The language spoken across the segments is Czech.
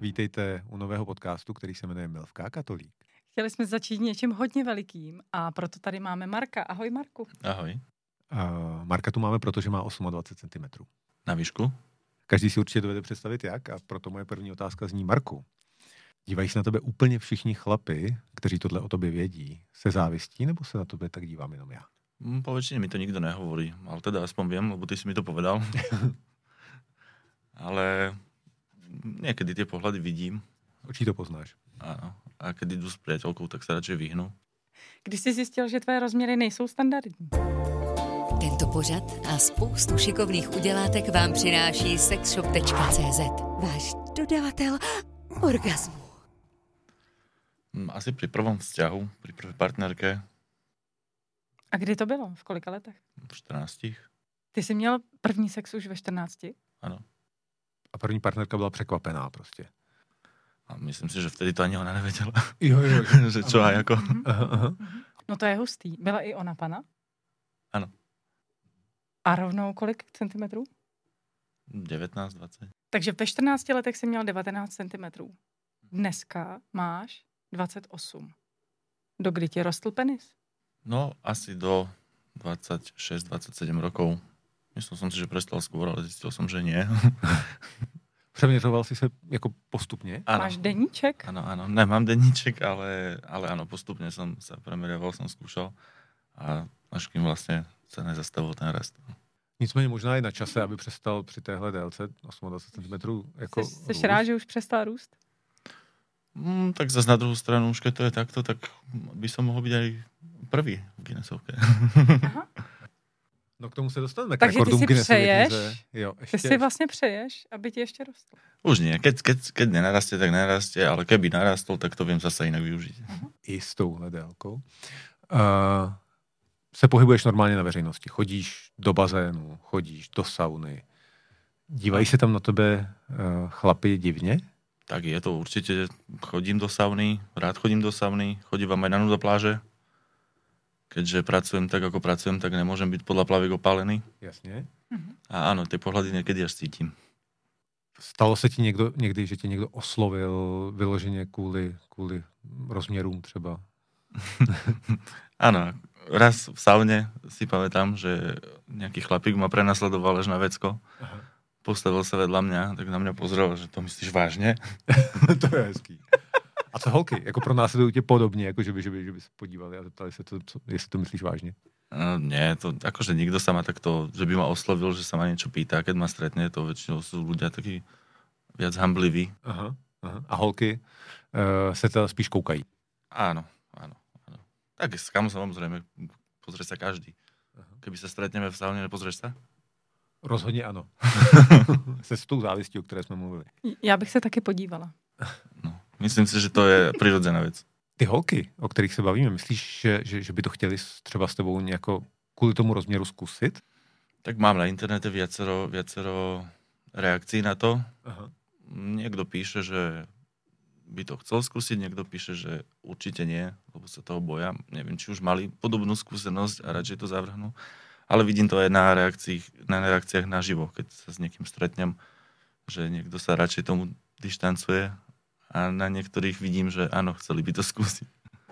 Vítejte u nového podcastu, který se jmenuje Milvka a katolík. Chtěli jsme začít něčím hodně velikým a proto tady máme Marka. Ahoj, Marku. Ahoj. Marka tu máme, protože má 28 cm. Na výšku? Každý si určitě dovede představit jak, a proto moje první otázka zní: Marku, dívají se na tebe úplně všichni chlapi, kteří tohle o tobě vědí, se závistí, nebo se na tebe tak dívám jenom já? Po väčšine mi to nikto nehovorí, ale teda aspoň viem, lebo ty si mi to povedal. Ale niekedy tie pohľady vidím. Očí to poznáš. Áno. A keď jdu s priateľkou, tak sa radšej vyhnu. Když jsi zjistil, že tvoje rozměry nejsou standardní? Tento pořad a spoustu šikovných udělátek vám přináší sexshop.cz. Váš dodavatel orgazmu. Asi pri prvom vzťahu, pri prvej partnerke. A kdy to bylo? V kolika letech? V 14. Ty jsi měl první sex už ve 14? Ano. A první partnerka byla překvapená prostě. A myslím si, že vtedy to ani ona nevedela. Jo. Že čo a jako. Aha. No to je hustý. Byla i ona pana? Ano. A rovnou kolik centimetrů? 19, 20. Takže ve 14 letech jsi měl 19 centimetrů. Dneska máš 28. Do kdy ti rostl penis? No, asi do 26-27 rokov. Myslel som si, že prestal skôr, ale zistil som, že nie. Přeměřoval jsi se jako postupně? Ano. Máš deníček? Áno. Nemám denníček, ale áno, postupne som sa premeriaval, som skúšal a až kým vlastne sa nezastavil ten rast. Nicméně možná je na čase, aby přestal při téhle délce 28 cm jako Jsi rád, že už přestal růst? Tak zase na druhou stranu, už keď to je takto, tak by som mohol byť aj prvý v Guinnessovke. Aha. No k tomu se dostaneme. Takže ty si přeješ, jo, ty si vlastně přeješ, aby ti ještě rostl. Už nie. Keď nenarastie, tak nenarastie, ale keby narastol, tak to viem zase inak využiť. I s touhle délkou. Se pohybuješ normálně na veřejnosti. Chodíš do bazénu, chodíš do sauny. Dívají se tam na tebe chlapi divně? Tak je to určite. Chodím do sauny, rád chodím do sauny, chodím aj na nudopláže. Keďže pracujem tak, ako pracujem, tak nemôžem byť podľa plaviek opálený. Jasně. A áno, tie pohľady niekedy až cítim. Stalo se ti někdy, že tě někdo oslovil vyloženě kvůli rozměrům třeba? Áno, raz v saune si pamätám, že nejaký chlapík ma prenasledoval až na vecko. Aha. Postavil sa vedľa mňa, tak na mňa pozrel, že to myslíš vážne? To je hezký. A co holky? Jako pro nás tě podobně, jako že by se podívali a zeptali se, jestli to myslíš vážně? No, nie, to akože nikto sa ma takto, že by ma oslovil, že sa ma niečo pýta, keď ma stretne, to väčšinou sú ľudia takí viac hambliví. Aha. A holky se teda spíš koukají? Áno. Tak samozrejme, pozrie sa každý. Keby sa stretneme v saune, nepozrieš sa? Rozhodně ano. Se s tou závistí, o které jsme mluvili. Já bych se taky podívala. No, myslím si, že to je prirodzená vec. Ty holky, o kterých se bavíme, myslíš, že by to chtěli třeba s tebou nějako kvůli tomu rozměru zkusit? Tak mám na internete viacero reakcií na to. Aha. Niekto píše, že by to chcel skúsiť, niekto píše, že určite nie, lebo sa toho boja. Neviem, či už mali podobnú skúsenosť a radšej to zavrhnú. Ale vidím to aj na reakciách naživo, keď sa s niekým stretnem, že niekto sa radšej tomu dištancuje a na niektorých vidím, že áno, chceli by to skúsiť.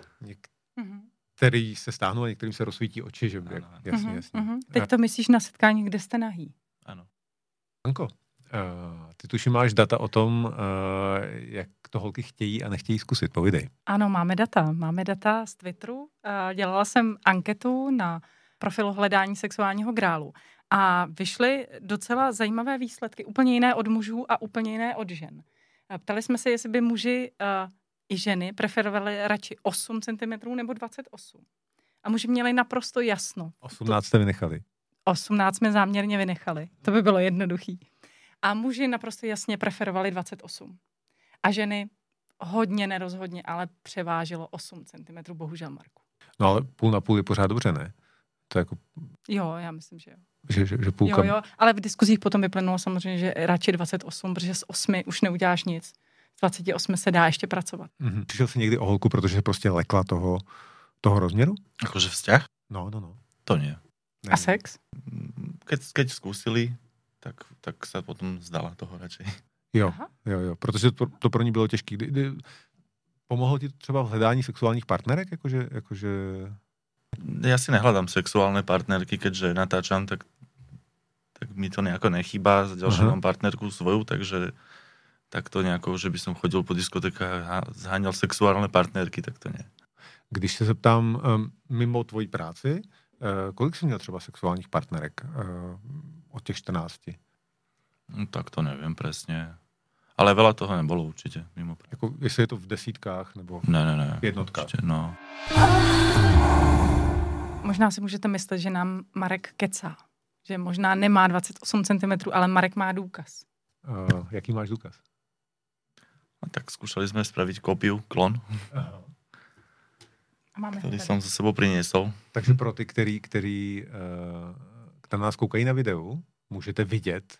Některý se stáhnou a některým se rozsvítí oči, že by. Jasně. Teď to myslíš na setkání, kde jste nahý? Áno. Anko, ty tuším máš data o tom, jak to holky chtějí a nechtějí zkusit. Povídej. Ano, máme data z Twitteru. Dělala jsem anketu na profilu hledání sexuálního grálu a vyšly docela zajímavé výsledky, úplně jiné od mužů a úplně jiné od žen. Ptali jsme se, jestli by muži i ženy preferovali radši 8 cm nebo 28. A muži měli naprosto jasno. 18 jste vynechali. 18 jsme záměrně vynechali. To by bylo jednoduchý. A muži naprosto jasně preferovali 28. A ženy hodně nerozhodně, ale převážilo 8 cm, bohužel, Marku. No ale půl na půl je pořád dobře, ne? To jako... Jo, já myslím, že jo. Že půlka... Jo, ale v diskuzích potom vyplynulo samozřejmě, že radši 28, protože z 8 už neuděláš nic. Z 28 se dá ještě pracovat. Přišel jsi někdy o holku, protože se prostě lekla toho rozměru? Akože vzťah? No. To nie. A sex? Keď skúsili, tak sa potom vzdala toho radšej. Jo, protože to pro ní bylo těžké. Pomohlo ti to třeba v hledání sexuálních partnerek? Jakože... Ja si nehľadám sexuálne partnerky, keďže natáčam, tak mi to nejako nechýba. Ďalšie mám partnerku svoju, takže tak to nejako, že by som chodil po diskotekách a zháňal sexuálne partnerky, tak to nie. Když se zeptám mimo tvojí práci, kolik jsi měl třeba sexuálních partnerek od těch 14? No, tak to neviem presne. Ale veľa toho nebolo určite. Mimo práci. Jako, jestli je to v desítkách nebo Ne. jednotkách? Určite, no. Možná si můžete myslet, že nám Marek kecá. Že možná nemá 28 cm, ale Marek má důkaz. Jaký máš důkaz? A tak skúšali sme spraviť kópiu, klon, ktorý som za sebou priniesol. Takže pro ty, který na nás koukají na videu, můžete vidět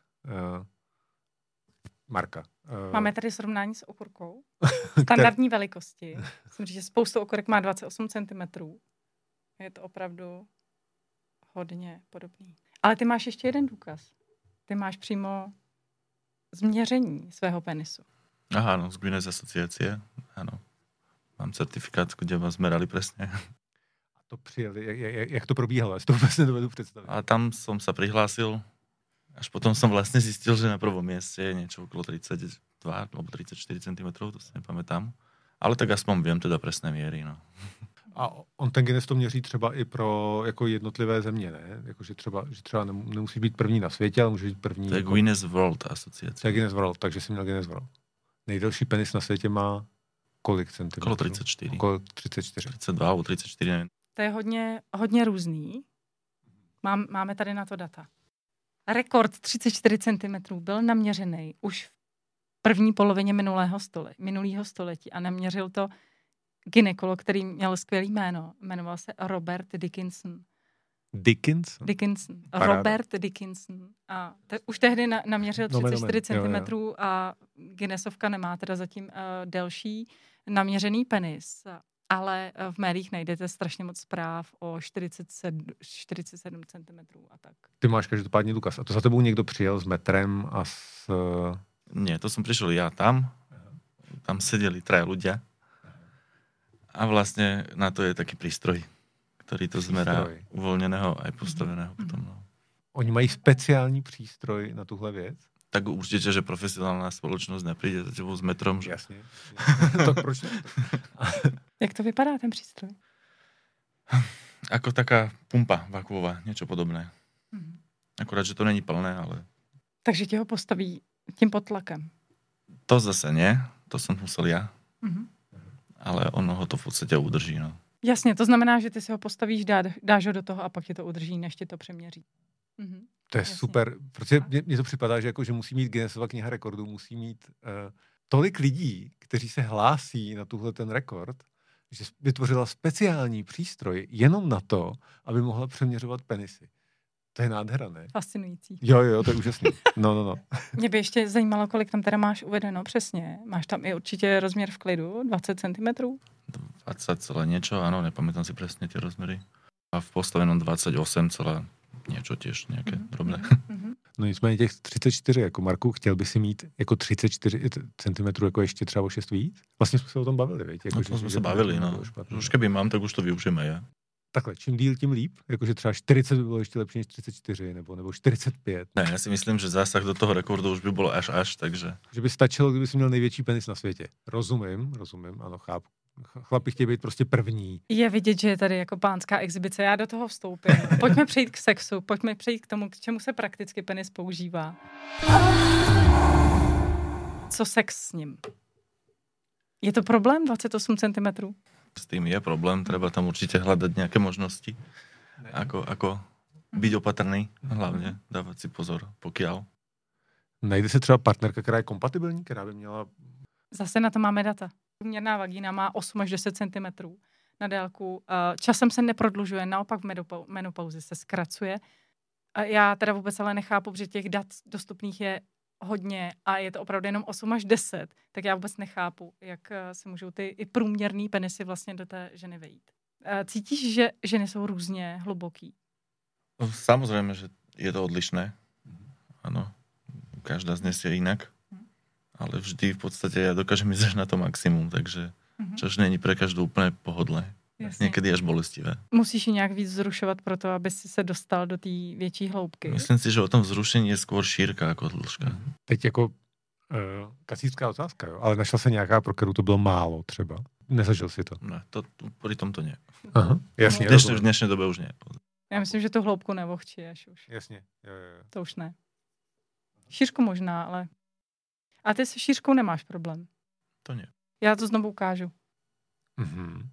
Marka. Máme tady srovnání s okurkou. Standardní velikosti. Myslím, že spoustu okurek má 28 cm. Je to opravdu hodně podobný. Ale ty máš ještě jeden důkaz. Ty máš přímo změření svého penisu. Aha, no, z Guinness asociácie. Áno. Mám certifikát, kde ma zmerali presne. A to přijeli, jak to probíhalo? Já si to vůbec nedovedu představit. A tam som sa prihlásil. Až potom som vlastne zistil, že na prvom mieste je niečo okolo 32 alebo 34 cm, to si nepamätám. Ale tak aspoň viem teda presné miery, no. A on ten Guinness to měří třeba i pro jako jednotlivé země, ne? Jako, že třeba nemusí být první na světě, ale může být první... To je Guinness World asociace. To je Guinness World, takže jsi měl Guinness World. Nejdelší penis na světě má kolik centimetrů? Okolo 34. Okolo 34. 32 alebo 34, neviem. To je hodně různý. Máme tady na to data. Rekord 34 cm byl naměřený už v první polovině minulého století a naměřil to gynekolog, který měl skvělý jméno. Jmenoval se Robert Dickinson. Dickinson. Robert Dickinson. A už tehdy naměřil 34 cm a Guinnessovka nemá teda zatím delší naměřený penis. Ale v médiích najdete strašně moc zpráv o 47 cm a tak. Ty máš každopádně důkaz. A to za tebou někdo přijel s metrem a s... Nie, to som prišiel ja tam. Tam sedeli 3 ľudia. A vlastne na to je taký prístroj, ktorý to zmerá uvoľneného aj postaveného potom. No. Oni mají speciální přístroj na tuhle věc? Tak určite, že profesionálna spoločnosť nepríde za tebou s metrom. Že... Jasně. Tak proč ne? Jak to vypadá, ten přístroj? Ako taká pumpa vakuová, niečo podobné. Akorát, že to není plné, ale... Takže ti ho postaví tím potlakem? To zase nie, to som musel ja. Ale ono ho to v podstate udrží, no. Jasně, to znamená, že ty si ho postavíš, dáš ho do toho a pak ti to udrží, než ti to přeměří. To je super, protože mně to připadá, že, jako, že musí mít Guinnessova kniha rekordů, musí mít tolik lidí, kteří se hlásí na tuhle ten rekord, že vytvořila speciální přístroj jenom na to, aby mohla přeměřovat penisy. To je nádhera, ne? Fascinující. Jo, to je úžasný. No. Mě by ještě zajímalo, kolik tam teda máš uvedeno přesně. Máš tam i určitě rozměr v klidu, 20 cm? 20 celé niečo, áno, nepamätám si presne tie rozmery. A v postavenom 28 celé niečo tiež, nejaké drobné. No nicméně těch 34, jako Marku, chtěl by si mít jako 34 cm jako ještě třeba o 6 víc? Vlastně jsme se o tom bavili, viď? Jako, no to jsme se bavili, no. Už keby mám, tak už to využijeme, ja. Takhle, čím díl, tím líp? Jakože třeba 40 by bylo ještě lepší než 34, nebo 45. Ne, ja si myslím, že zásah do toho rekordu už by bolo až, takže... Že by stačilo, kdyby si měl největší penis na světě. Rozumím, ano, chápu. Chlapi chtějí být prostě první. Je vidět, že je tady jako pánská exibice. Já do toho vstoupím. Pojďme přejít k sexu, pojďme přejít k tomu, k čemu se prakticky penis používá. Co sex s ním? Je to problém 28 cm? S tým je problém, treba tam určite hľadať nejaké možnosti. Ako byť opatrný, hlavne dávať si pozor, pokiaľ. Najde se třeba partnerka, která je kompatibilní, která by měla... Zase na to máme data. Průměrná vagína má 8 až 10 cm na délku. Časem se neprodlužuje, naopak v menopauzi se zkracuje. Já teda vůbec ale nechápu, že těch dat dostupných je hodně a je to opravdu jenom 8 až 10, tak já vůbec nechápu, jak se můžou ty i průměrný penisy vlastně do té ženy vejít. Cítíš, že ženy jsou různě hluboký? Samozrejme, že je to odlišné. Áno. Každá z dnes je inak. ale vždy v podstate ja dokážem ísť až na to maximum, takže čož není pre každou úplne pohodlné. Jasně. Někdy až bolestivé. Musíš ji nějak víc zrušovat pro to, aby si se dostal do té větší hloubky. Myslím si, že o tom vzrušení je skôr šírka jako dĺžka. Teď jako kacířská otázka, jo? Ale našla se nějaká, pro kterou to bylo málo třeba? Nezažil si to? Ne, pri tom to nie. Aha, jasně. V dnešnej dobe už nie. Já myslím, že tu hloubku nevohčíš už. Jasně, jo. To už ne. Šířku možná, ale... A ty se šířkou nemáš problém. To nie. Já to znovu ukážu. Mhm.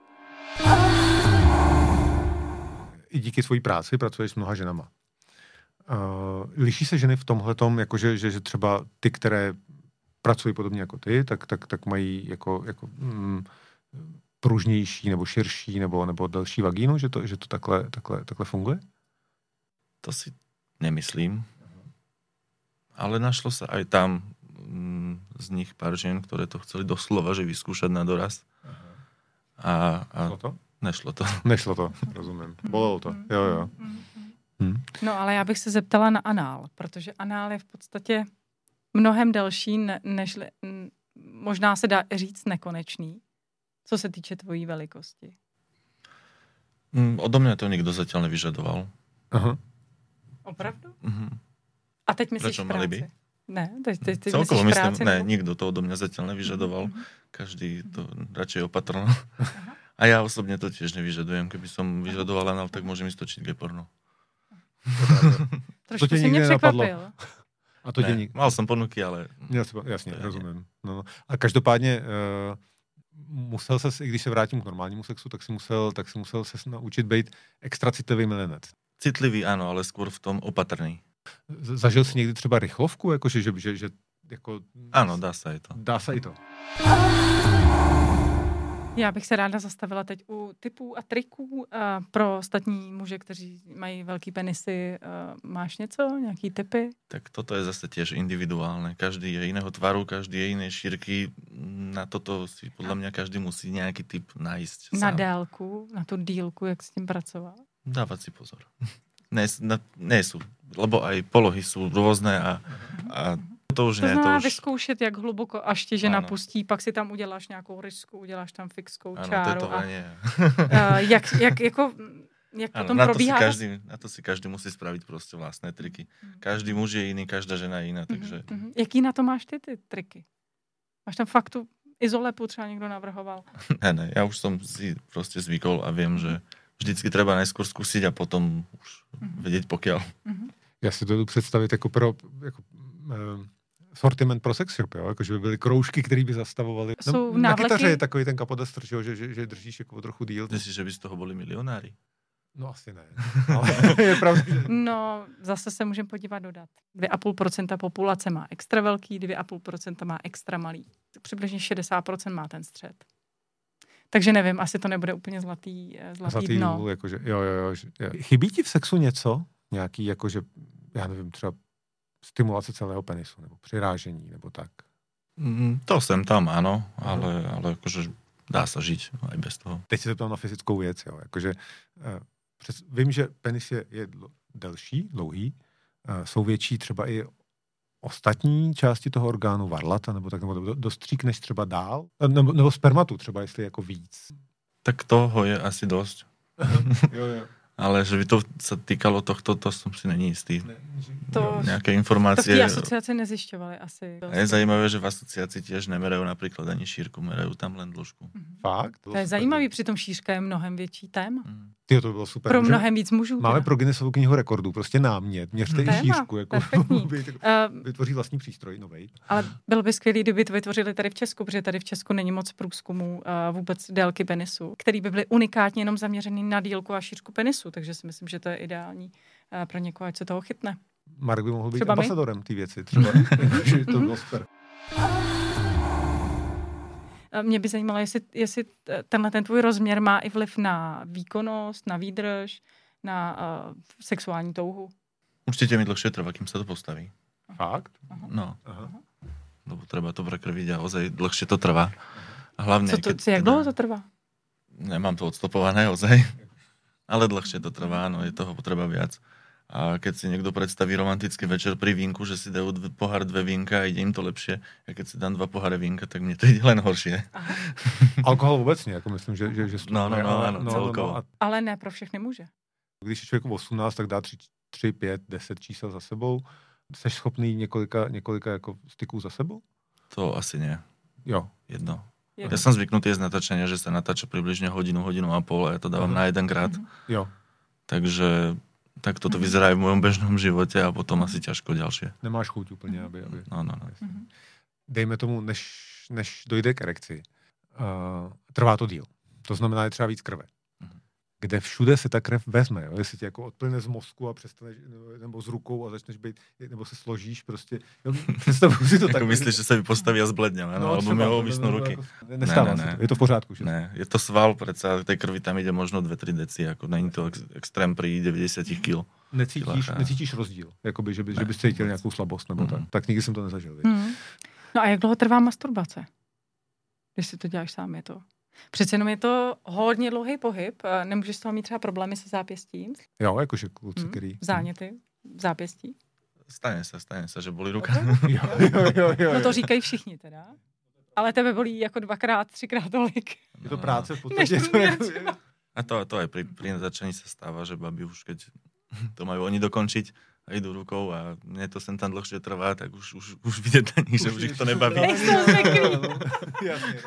I díky svojí práci pracuješ s mnoha ženama. Liší se ženy v tomhletom, jakože, že třeba ty, které pracují podobně jako ty, tak mají jako pružnější nebo širší nebo delší vagínu, že to takhle funguje? To si nemyslím. Ale našlo sa aj tam z nich pár žien, ktoré to chceli doslova, že vyskúšať na doraz. A Nešlo to? Nešlo to. Rozumím. Bolelo to. Jo. No ale já bych se zeptala na anál, protože anál je v podstatě mnohem delší, než možná se dá říct nekonečný, co se týče tvojí velikosti. Odo mňa to nikto zatiaľ nevyžadoval. Aha. Opravdu? Mhm. A teď myslíš Prečo, v mali práci? by? Ne, teď Celkovo myslíš v myslím, práci? ne, nebo... nikto to odo mňa zatiaľ nevyžadoval. Každý to radšej opatrno. A ja osobne to tiež nevyžadujem. Keby som vyžadoval anál, tak môžem ísť točiť geporno. Trošku tě si nikdy mě nenapadlo. překvapil. A to Ne, mal som ponuky, ale... Jasně, rozumím. No. A každopádně musel ses, i když se vrátím k normálnímu sexu, tak si musel se naučit být extra citlivý milenec. Citlivý, áno, ale skôr v tom opatrný. Zažil jsi někdy třeba rychlovku, jakože, že jako... Áno, dá sa aj to. Dá se i to. Já bych se ráda zastavila teď u typů a triků pro ostatní muže, kteří mají velký penisy. Máš něco? Nějaký tipy? Tak toto je zase tiež individuálne. Každý je iného tvaru, každý je inej šírky. Na toto si podľa mňa každý musí nejaký typ nájsť Na sám. délku, na tu dílku, jak s tím pracoval? Dávať si pozor. Nie sú, lebo aj polohy sú rôzne a to už To nie. znamená To už... vyzkoušet, jak hluboko až tě žena Ano. pustí, pak si tam uděláš nějakou rysku, uděláš tam fixkou Áno, čáru. tetovanie. Jak Áno, potom na probíhá? to si každý musí spraviť proste vlastné triky. Každý muž je iný, každá žena je iná, takže... Jaký na to máš ty triky? Máš tam fakt tu izolepu třeba někdo navrhoval? Ne, ja už som si proste zvykol a viem, že vždycky treba najskôr skúsiť a potom už vedieť pokiaľ. Já si to jdu představit jako sortiment pro sex shop, jo? Jako, že by byly kroužky, které by zastavovaly. Jsou na návleky? kytaře je takový ten kapodestr, že držíš jako trochu díl. Myslíš, že by z toho boli milionári? No asi ne. Ale je pravda, že... No, zase se můžeme podívat dodat. 2,5% populace má extra velký, 2,5% má extra malý. Přibližně 60% má ten střed. Takže nevím, asi to nebude úplně zlatý dno. Důl, jakože, jo. Chybí ti v sexu něco? Nějaký, jakože, já nevím, třeba stimulace celého penisu, nebo přirážení, nebo tak? To sem tam, áno, ale akože dá sa žiť aj bez toho. Teď se zeptám na fyzickou věc, jo. Jakože, vím, že penis je delší, dlouhý, jsou větší třeba i ostatní části toho orgánu, varlata, nebo tak, nebo dostříkneš třeba dál, nebo spermatu třeba, jestli jako víc. Tak toho je asi dosť. Jo. Ale že by to sa týkalo tohto, to som si není istý. To Nejaké v informácie. té asociaci nezjišťovali asi. A je zajímavé, že v asociácii tiež nemerajú napríklad ani šírku, merajú tam len dĺžku. Fakt? To je zajímavý, přitom šířka je mnohem větší téma. Tyjo, to bylo super. Pro mnohem víc mužů. Máme teda. pro Guinnessovu knihu rekordů prostě námět. Měřte i Téma, šířku. Jako, perfektní. vytvoří vlastní přístroj novej. Ale bylo by skvělé, kdyby to vytvořili tady v Česku, protože tady v Česku není moc průzkumů vůbec délky penisu, který by byly unikátně jenom zaměřený na dílku a šířku penisu, takže si myslím, že to je ideální pro někoho, ať se toho chytne. Mark by mohl být Třeba my? ambasadorem té věci. Třeba. Že to bylo super. Mě by zajímalo, jestli ten tvůj rozměr má i vliv na výkonnost, na výdrž, na sexuální touhu. Určite mi dlhšie trvá, kým sa to postaví. Fakt? No. Aha. Lebo treba to prekrviť a ozaj dlhšie to trvá. A hlavne, Jak dlouho to trvá? Nemám to odstopované ozaj. Ale dlhšie to trvá, no je toho potreba viac. A keď si niekto predstaví romantický večer pri vínku, že si dajú pohár 2 vínka a ide im to lepšie, a keď si dám 2 poháre vínka, tak mne to ide len horšie. Alkohol obecně, jako myslím, že No, celkovo. Ale ne pro všechny muže. Když je člověku 18, tak dá 3, 5, 10 čísel za sebou. Jsi schopný několika jako styků za sebou? To asi nie. Jo. Jedno. Ja som zvyknutý z natáčania, že sa natáča približne hodinu a pol a ja to dávam na jedenkrát. Jo. Takže tak toto vyzerá aj v mojom bežnom živote a potom asi ťažko ďalšie. Nemáš chuť úplně, aby... No. Dejme tomu, než dojde k erekci, trvá to díl. To znamená, je třeba víc krve. Kde všude se ta krev vezme, jo? Jestli tě jako odplyne z mozku a přestaneš, nebo z rukou a začneš být, nebo se složíš prostě. Jo, představuji si to tak. Jako myslíš, že se mi postaví a zbledňam, alebo mi ovisnú ruky. Jako, nestává se to. Je to v pořádku. Že? Ne, je to sval, predsa tej krvi tam ide možno 2-3 deci, ako není to extrém pri 90 kg. Necítíš rozdíl, jakoby, že bys cítil nějakou slabost, nebo tak. Tak nikdy jsem to nezažil. No a jak dlouho trvá masturbace? Když si to děláš sám, je to... Přece jenom je to hodně dlouhý pohyb. Nemůžeš z toho mít třeba problémy se zápěstím? Jo, jakože kluci, který... Záněty, zápěstí? Stane sa, že bolí ruka. Jo. No to říkají všichni teda. Ale tebe bolí jako 2x, 3x tolik. Je to práce v podstatě. A to aj pri natáčaní sa stáva, že babi už keď to majú oni dokončiť a idú rukou a mne to sem tam dlhšie trvá, tak už vidieť na nich, že už ich to nebaví. Jasně,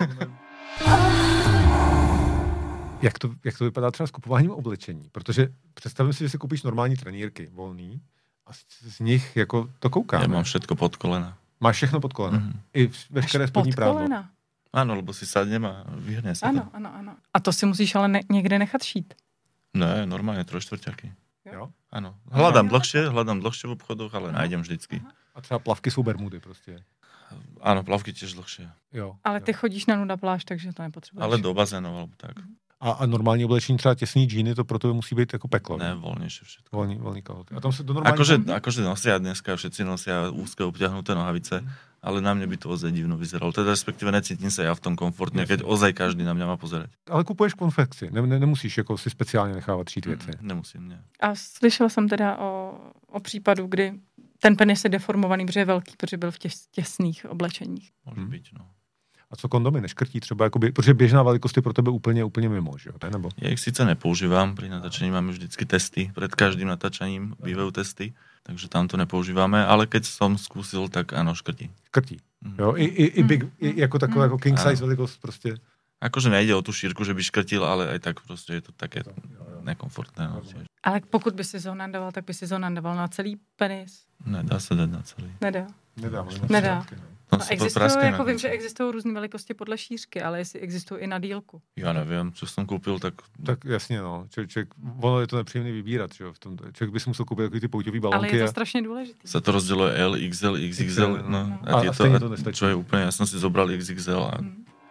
jak to vypadá třeba s kupováním oblečení? Protože představím si, že si koupíš normální trenýrky, volný, a z nich jako to koukáme. Ja mám všetko pod kolena. Máš všechno pod kolena? I veškeré spodní prádlo? Áno, lebo si sadnem a vyhrne sa to. Ano. A to si musíš ale někde nechat šít. Ne, normálne 3/4. Jo? Áno. Hľadám dlhšie v obchodoch, ale nájdem vždycky. A třeba plavky jsou bermudy prostě. Áno, plavky tiež dlhšie. Jo. Ale ty chodíš na nuda pláž, takže to nepotřebuješ. Ale do bazénov, alebo tak. A normální oblečení, třeba těsný džíny, to pro tebe musí být jako peklo. Ne, voľnejšie všetko. Voľný kalhoty. A tam se do normálně... Akože nosia dneska, všetci nosia úzke obťahnuté nohavice, ale na mne by to ozaj divno vyzeralo. Teda respektíve necítim sa ja v tom komfortne, keď ozaj každý na mňa má pozerať. Ale kupuješ konfekci, nemusíš jako si speciálně nechávat šít věci. Nemusím, ne. A slyšela jsem teda o případu, kdy ten penis je deformovaný, protože je velký, protože byl v těsných oblečeních. Může být, no. A co kondomy, neškrtí třeba, jakoby, protože běžná velikost je pro tebe úplně mimo, že jo? Nebo? Ja ich síce nepoužívam, pri natáčaní máme vždycky testy, pred každým natáčaním bývajú testy, takže tam to nepoužívame, ale keď som skúsil, tak áno, škrtí. Škrtí, jo? I big, jako taková jako king size velikost prostě. Akože nejde o tú šírku, že by škrtil, ale aj tak prostě je to také nekomfortné. No. Ale pokud by si zonandoval, tak by si zonandoval na celý penis? Nedá se dát na celý. Nedá. No, jako vím, že existují různé velikosti podle šířky, ale jestli existují i na dílku. Já nevím, co jsem koupil, tak... Tak jasně, no. Ono je to nepříjemné vybírat, že jo. Člověk by si musel koupit takový ty pouťový balonky. Ale je to strašně důležité. Se to rozděluje L, XL, XXL, no. A stejně to nestačí. Čo je úplně, já jsem si zobral XXL a...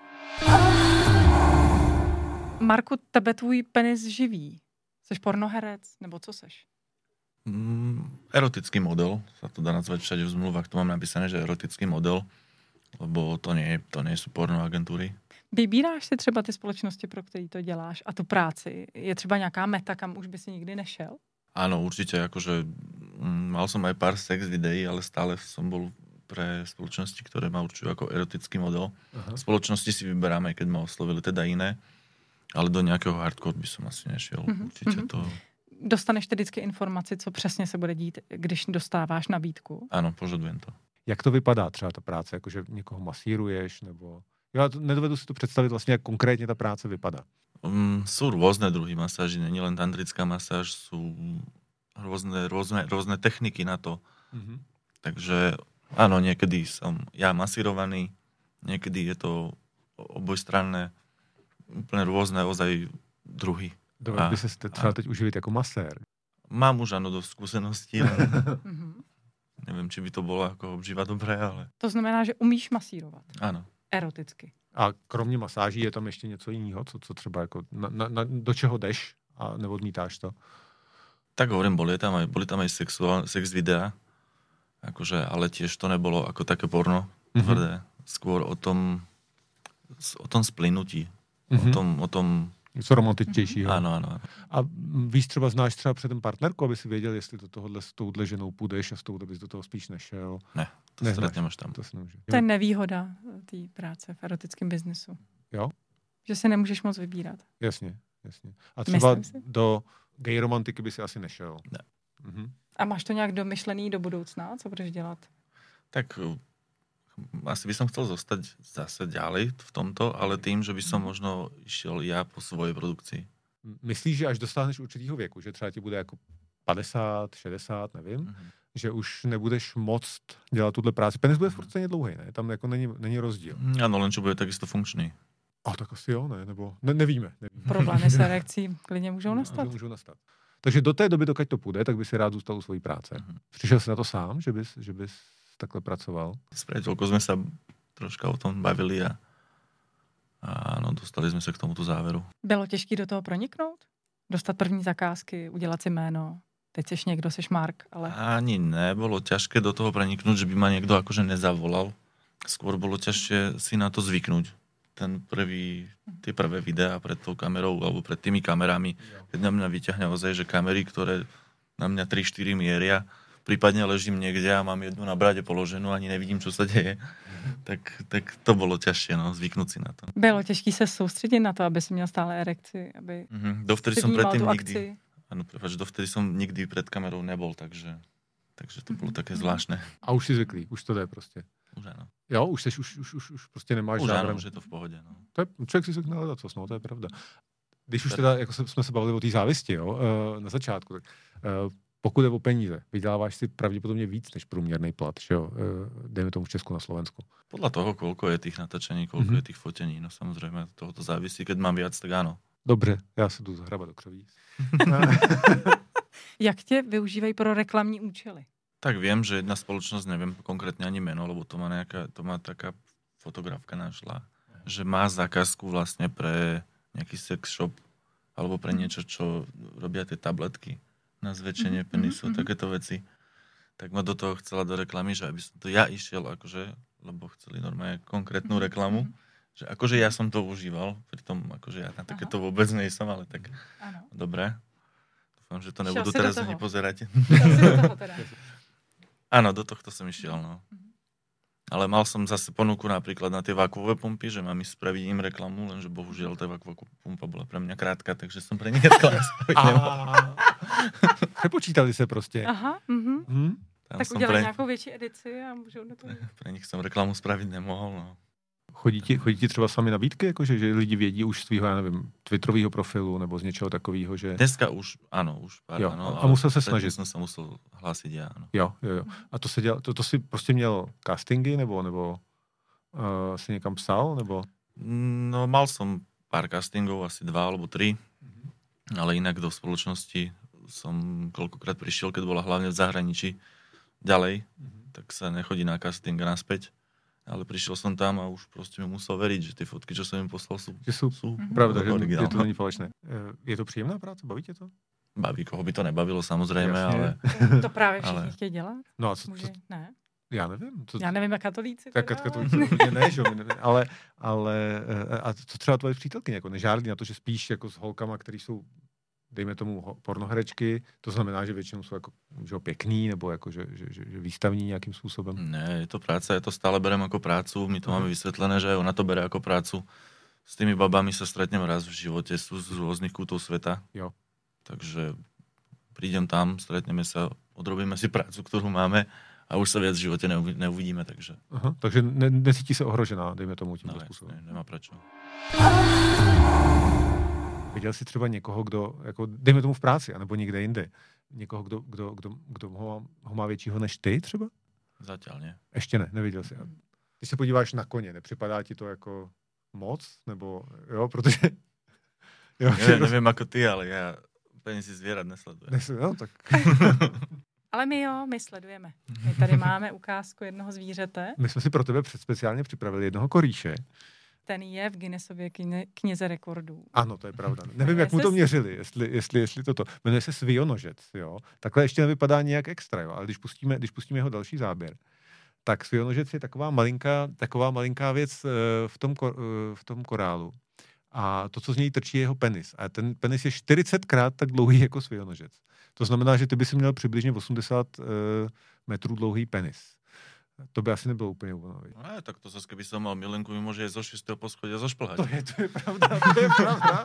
Marku, tebe tvůj penis živí. Seš pornoherec, nebo co seš? Erotický model, sa to dá nazvať všade v zmluvách, to mám napísané, že erotický model, lebo to nie sú porno agentúry. Vybíráš si třeba ty společnosti, pro který to děláš a tu práci? Je třeba nějaká meta, kam už by si nikdy nešel? Áno, určite, akože mal som aj pár sex videí, ale stále som bol pre spoločnosti, ktoré ma určujú ako erotický model. Aha. Spoločnosti si vyberáme, keď ma oslovili teda iné, ale do nejakého hardcore by som asi nešiel. Určite to... Dostaneš ty vždycky informaci, co přesně se bude dít, když dostáváš nabídku? Áno, požadujem to. Jak to vypadá třeba ta práce? Jakože někoho masíruješ, nebo... Já nedovedu si to představit vlastně, jak konkrétně ta práce vypadá. Sú rôzne druhy masáži, nie len tantrická masáž, sú rôzne techniky na to. Mm-hmm. Takže áno, niekedy som ja masírovaný, niekedy je to obojstranné, úplne rôzne ozaj druhy. Dovedl by se třeba teď uživit jako masér? Mám už ano dost zkušeností, ale nevím, či by to bylo jako obživa dobré, ale... To znamená, že umíš masírovat? Ano. Eroticky. A kromě masáží je tam ještě něco jiného, co třeba jako do čeho jdeš a neodmítáš to? Tak hovorím, boli tam aj sex videa, akože, ale tiež to nebolo ako také porno tvrdé. Skôr o tom splynutí. O tom Něco romantičtějšího. Ano. A víš, znáš třeba předem partnerku, aby si věděl, jestli do tohohle s touhle ženou půjdeš a s touhle bys do toho spíš nešel. Ne, to stretnem až tam. To je nevýhoda té práce v erotickém biznesu. Jo? Že si nemůžeš moc vybírat. Jasně. A třeba do gay romantiky by si asi nešel. Ne. Mhm. A máš to nějak domyšlený do budoucna? Co budeš dělat? Tak asi by som chcel zostať zase ďalej v tomto, ale tým, že by som možno išiel ja po svojej produkcii. Myslíš, že až dosáhneš určitýho věku, že třeba ti bude jako 50, 60, nevím, že už nebudeš moct dělat tuhle práci. Penis bude furt stejně dlouhý, ne? Tam jako není rozdíl. Áno, len čo bude takisto funkčný. Tak asi jo, ne? Nebo nevíme. Problémy s erekcí klidně můžou nastat. Můžou nastat. Takže do té doby, dokud to půjde, tak by si rád zůstal u svojí práce. Přišel jsi na to sám, že bys takhle pracoval? S priateľkou sme sa troška o tom bavili a áno, dostali sme sa k tomuto záveru. Bylo těžké do toho proniknout? Dostat první zakázky, udělat si jméno? Teď seš někdo, seš Mark, ale... Ani nebolo ťažké do toho preniknúť, že by ma niekto akože nezavolal. Skôr bolo ťažšie si na to zvyknúť. Tie prvé videá pred tou kamerou alebo pred tými kamerami, keď na mňa vyťahne ozaj, že kamery, ktoré na mňa 3-4 mieria, prípadne ležím niekde a mám jednu na brade položenú, ani nevidím, čo sa deje, tak to bolo ťažšie, zvyknúť si na to. Bylo těžké se soustředit na to, aby si měl stále erekci, aby dovtedy som predtým nikdy... dovtedy som nikdy pred kamerou nebol, takže to bolo také zvláštne. A už si zvyklý, už to jde prostě. Už ano. Jo, už prostě nemáš zábranu. Už je to v pohodě. Člověk si zvykne hledat co, to je pravda. Když už teda, jako jsme se bavili o té závisti, jo, na začátku, tak pokud je o peníze, vyděláváš si pravděpodobně víc než průměrný plat, že jo, dejme tomu v Česku, na Slovensku. Podľa toho, koľko je tých natáčení, koľko je tých fotení, no samozrejme, toho to závisí, keď mám viac, tak áno. Dobře, já se jdu zahrabat do křoví. Jak tě využívají pro reklamní účely? Tak viem, že jedna spoločnosť, neviem konkrétne ani meno, lebo to má taká fotografka našla, že má zákazku vlastne pre nejaký sex shop alebo pre niečo, čo robia tie tabletky na zväčšenie penisu, takéto veci. Tak ma do toho chcela do reklamy, že aby som to ja išiel, akože, lebo chceli normálne konkrétnu reklamu, že akože ja som to užíval, pritom akože ja na takéto vôbec nejsem, ale tak dobre. Dúfam, že to nebudú teraz ani pozerať. Áno, do tohto som išiel, no. Ale mal som zase ponuku napríklad na tie vákuové pumpy, že mám ísť spraviť im reklamu, lenže bohužiaľ tá vákuová pumpa bola pre mňa krátka, takže som pre nich reklamu spraviť nemohol. Prepočítali se prostě. Aha, tak udělali nějakou větší edici a můžou na to... Pre nich som reklamu spraviť nemohol, no. Chodí ti třeba sami nabídky, jakože, že lidi vědí už z tvýho, já nevím, twitterového profilu nebo z něčeho takového, že... Dneska už, áno, už pár, jo, áno. A musel se snažit. Jsem se musel hlásit já, áno. Jo. A to se dělal, to si prostě měl castingy, nebo si někam psal, nebo... No, mal som pár castingov, asi 2 alebo 3, ale inak do spoločnosti som koľkokrát prišiel, keď bola hlavne v zahraničí ďalej, tak sa nechodí na casting a naspäť. Ale prišiel som tam a už prostě mi musel veriť, že ty fotky, čo som im poslal, sú pravda, že to není falešné. Je to příjemná práce? Baví tě to? Baví, koho by to nebavilo, samozřejmě, ale... To právě všichni chtějí dělat? No a ne? Já nevím. Já nevím, jak katolíci. Tak katolíci ne, že? Ale a co třeba tvoje přítelkyně, jako nežádlí na to, že spíš jako s holkama, který jsou, dejme tomu, pornoherečky, to znamená, že většinou jsou jako že pěkný, nebo jako, že výstavní nějakým způsobem? Ne, je to práce, ja to stále berem ako prácu, my to máme vysvetlené, že ona to bere ako prácu. S tými babami sa stretnem raz v živote, sú z rôznych kútov sveta. Jo. Takže prídem tam, stretneme sa, odrobíme si prácu, ktorú máme a už sa viac v živote neuvidíme, takže... Aha, takže necítí se ohrožená, dejme tomu tímto způsobem. Ne, nemá prečo. Viděl jsi třeba někoho, kdo, jako, dejme tomu v práci, anebo někde jinde, někoho, kdo ho má většího než ty třeba? Zatiaľ nie. Ještě ne, neviděl jsi. Když se podíváš na koně, nepřipadá ti to jako moc? Nebo, jo, protože... Jo, nevím jako ty, ale já úplně si zvěrat nesledujem. No, tak... Ale my sledujeme. My tady máme ukázku jednoho zvířete. My jsme si pro tebe speciálně připravili jednoho korýše. Ten je v Guinnessově knize rekordů. Ano, to je pravda. Nevím, jak mu to měřili, jestli toto. Jmenuje se svijonožec, jo. Takhle ještě nevypadá nějak extra, jo. Ale když pustíme jeho další záběr, tak svijonožec je taková malinká věc v tom korálu. a to, co z něj trčí, je jeho penis. A ten penis je 40krát tak dlouhý jako svijonožec. To znamená, že ty by si měl přibližně 80 metrů dlouhý penis. To by asi nebylo úplně uvolnový. No, tak to zase, keby som mal milenku, mi môže zo 6. poschodia zošplhať. To je pravda, to je pravda.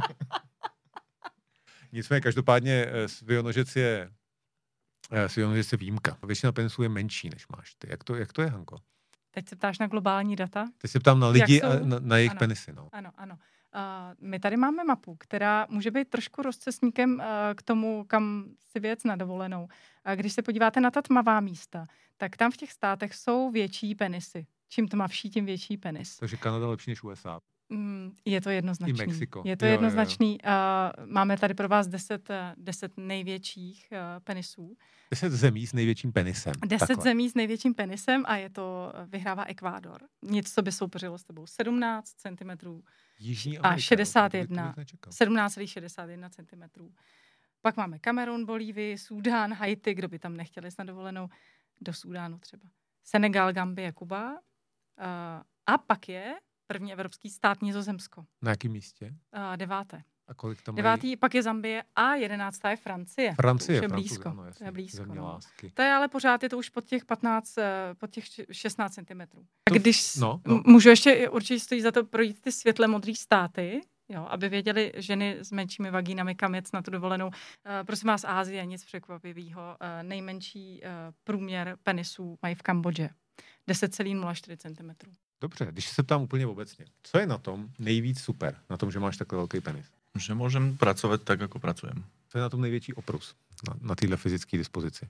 Nicméně, každopádně svijonožec je výjimka. Většina penisů je menší, než máš ty. Jak to je, Hanko? Teď se ptáš na globální data? Teď se ptám na lidi a na jejich penisy. No. Ano. My tady máme mapu, která může být trošku rozcestníkem k tomu, kam si věc na dovolenou. Když se podíváte na ta tmavá místa, tak tam v těch státech jsou větší penisy. Čím tmavší, tím větší penis. Takže Kanada lepší než USA. Je to jednoznačný. I Mexiko. Je to jednoznačný. Máme tady pro vás 10 největších penisů. 10 zemí s největším penisem. 10 zemí s největším penisem a vyhrává Ekvádor. Něco by soupeřilo s tebou. 17 cm. Jižní Amerika. A 17,61 cm. Pak máme Kamerun, Bolívii, Súdán, Haiti, kdo by tam nechtěli jít na dovolenou, do Súdánu třeba. Senegal, Gambie, Kuba. A pak je první evropský stát Nizozemsko. Na jakém místě? 9. A kolik tam 9. pak je Zambie a 11. je Francie. Francie, to je blízko. Ano, jasně, to je blízko. No. To je ale pořád je to už pod těch 16 cm. A když no. můžu ještě, určitě stojí za to projít ty světle modrý státy, jo, aby věděli ženy s menšími vagínami, kam jet na tu dovolenou. Prosím vás, Ázie, nic překvapivého. Nejmenší průměr penisů mají v Kambodži. 10,04 cm. Dobře, když se ptám úplně obecně, co je na tom nejvíc super, na tom, že máš takhle velký penis? Že môžem pracovať tak, ako pracujem. Co je na tom největší oprus na téhle fyzické dispozici?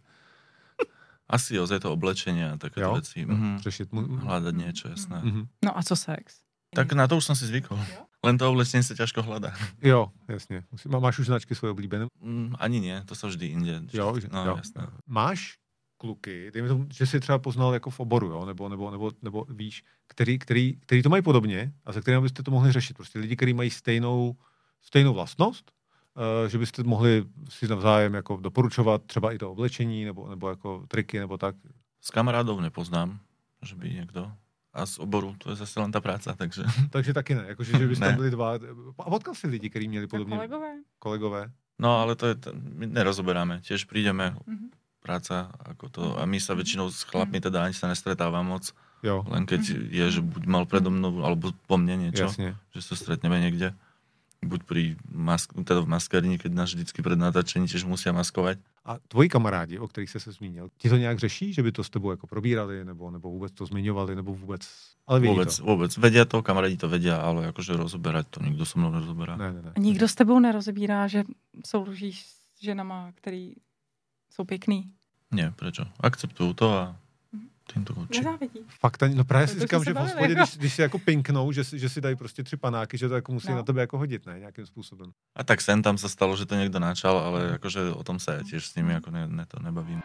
Asi ozaj to oblečenie a takéto veci. Hľadať niečo, jasné. No a co sex? Tak na to už som si zvykol. Len to oblečenie sa ťažko hľadá. Jo, jasně. Máš už značky svoje oblíbené? Ani nie, to sa vždy inde. Jo. Jasné. Máš kluky, dejme tomu, že jsi třeba poznal jako v oboru, jo? Nebo víš, který to mají podobně a se kterými byste to mohli řešit. Prostě lidi, kteří mají stejnou vlastnost, že byste mohli si navzájem jako doporučovat třeba i to oblečení, nebo jako triky, nebo tak. S kamarádov nepoznám, že by niekto. A z oboru, to je zase len tá práca, takže... Takže taky ne, jakože, že byste tam byli dva. A potkal si lidi, kteří měli podobně... Kolegové. No, ale to je, my nerozoberáme. Tiež prídeme, práca, ako to, a my sa väčšinou s chlapmi teda ani sa nestretávam moc. Jo. Len keď je, že buď mal predo mnou, alebo po mne niečo, jasne, že sa stretneme niekde. Buď teda v maskárni, keď nás vždycky pred natáčením tiež musia maskovať. A tvoji kamarádi, o kterých se zmínil, ti to nějak řeší, že by to s tebou jako probírali, nebo vůbec to zmiňovali, nebo vůbec... Ale vůbec. Vedia to, kamarádi to vedia, ale akože rozoberať to nikdo so mnou nerozoberá. Ne. Nikdo s tebou nerozebírá, že souložíš s ženama, který jsou pěkný? Nie, prečo? Akceptujú to a týmto končí. Nezávidí. Fakt, no právě si říkám, že v hospodě, když si jako pinknou, že si dají prostě 3 panáky, že to jako musí na tebe jako hodit, ne? Nějakým způsobem. A tak sem tam sa stalo, že to niekto načal, ale akože o tom sa ja tiež s nimi jako to nebavím.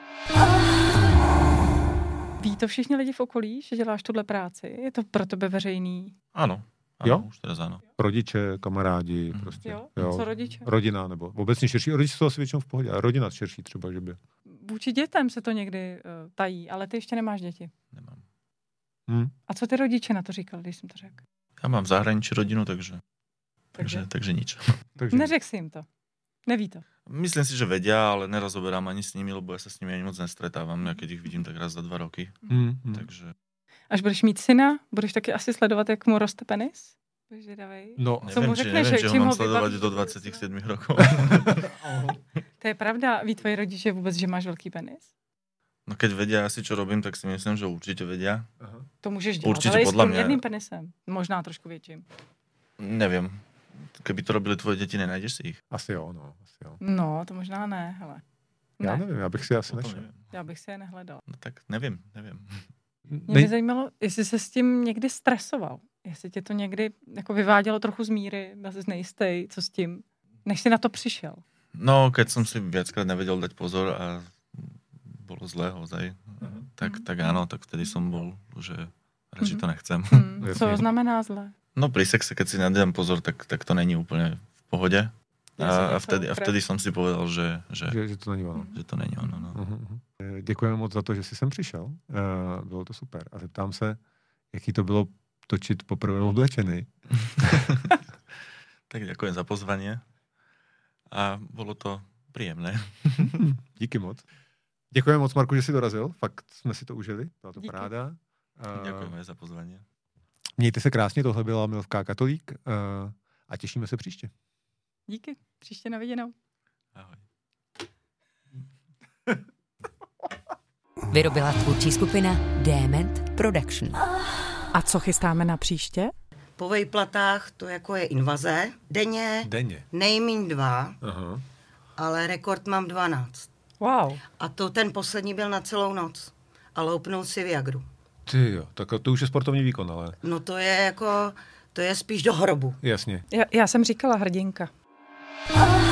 Ví to všichni lidi v okolí, že děláš tuhle práci? Je to pro tebe veřejný? Ano, jo? Už teraz áno. Rodiče, kamarádi, prostě. Jo. Co rodiče? Rodina, nebo obecně širší. Rodiče jsou asi většinou v pohodě, a rodina širší třeba, že by. Vůči dětem se to někdy tají, ale ty ještě nemáš děti. Nemám. A co ty rodiče na to říkali, když jsem to řekl? Já mám v zahraničí rodinu, takže nič. Neřekl si jim to. Neví to. Myslím si, že vedia, ale nerozoberám ani s nimi, lebo ja sa s nimi ani moc nestretávám. Ja keď ich vidím tak raz za 2 roky. Takže... Až budeš mít syna, budeš taky asi sledovat, jak mu roste penis? No, neviem, či ho mám sledovať do 27 rokov. To je pravda. Ví tvoji rodiče vůbec, že máš velký penis? No keď vedia asi, čo robím, tak si myslím, že určite vedia. Aha. To můžeš dělat, určite ale podľa s průměrným penisem. Možná trošku větším. Neviem. Keby to robili tvoje děti, nenajdeš si ich? Asi jo. No, to možná ne, hele. Já nevím, já bych si asi nešel. Já bych si je nehledal. No tak nevím. Mě by zajímalo, jestli se s tím někdy stresoval. Jestli tě to někdy jako vyvádělo trochu z míry, byl jsi nejistý, co s tím, než jsi na to přišel. No, keď som si viackrát nevedel dať pozor a bolo zlé hozaj, tak áno, tak vtedy som bol, že radšej to nechcem. Co znamená zlé? No pri sexe, keď si nedám pozor, tak to není úplne v pohode. A vtedy som si povedal, že to není ono. Že to není ono, no. Děkujeme moc za to, že jsi sem přišel. Bylo to super. A zeptám se, jaký to bylo točit poprvé oblečený. Tak ďakujem za pozvanie a bolo to príjemné. Díky moc. Děkujeme moc, Marku, že jsi dorazil. Fakt jsme si to užili. Byla to paráda. Ďakujeme za pozvanie. Mějte se krásně, tohle byla Milovka Katolík a těšíme se příště. Díky, příště na viděnou. Ahoj. Vyrobila tvůrčí skupina Dement Production. A co chystáme na příště? Po vejplatách to jako je invaze. Denně. Nejmíň 2, Aha. ale rekord mám 12. Wow. A to ten poslední byl na celou noc. A loupnul si Viagru. Ty jo, tak to už je sportovní výkon, ale... No to je jako, to je spíš do hrobu. Jasně. Já jsem říkala hrdinka.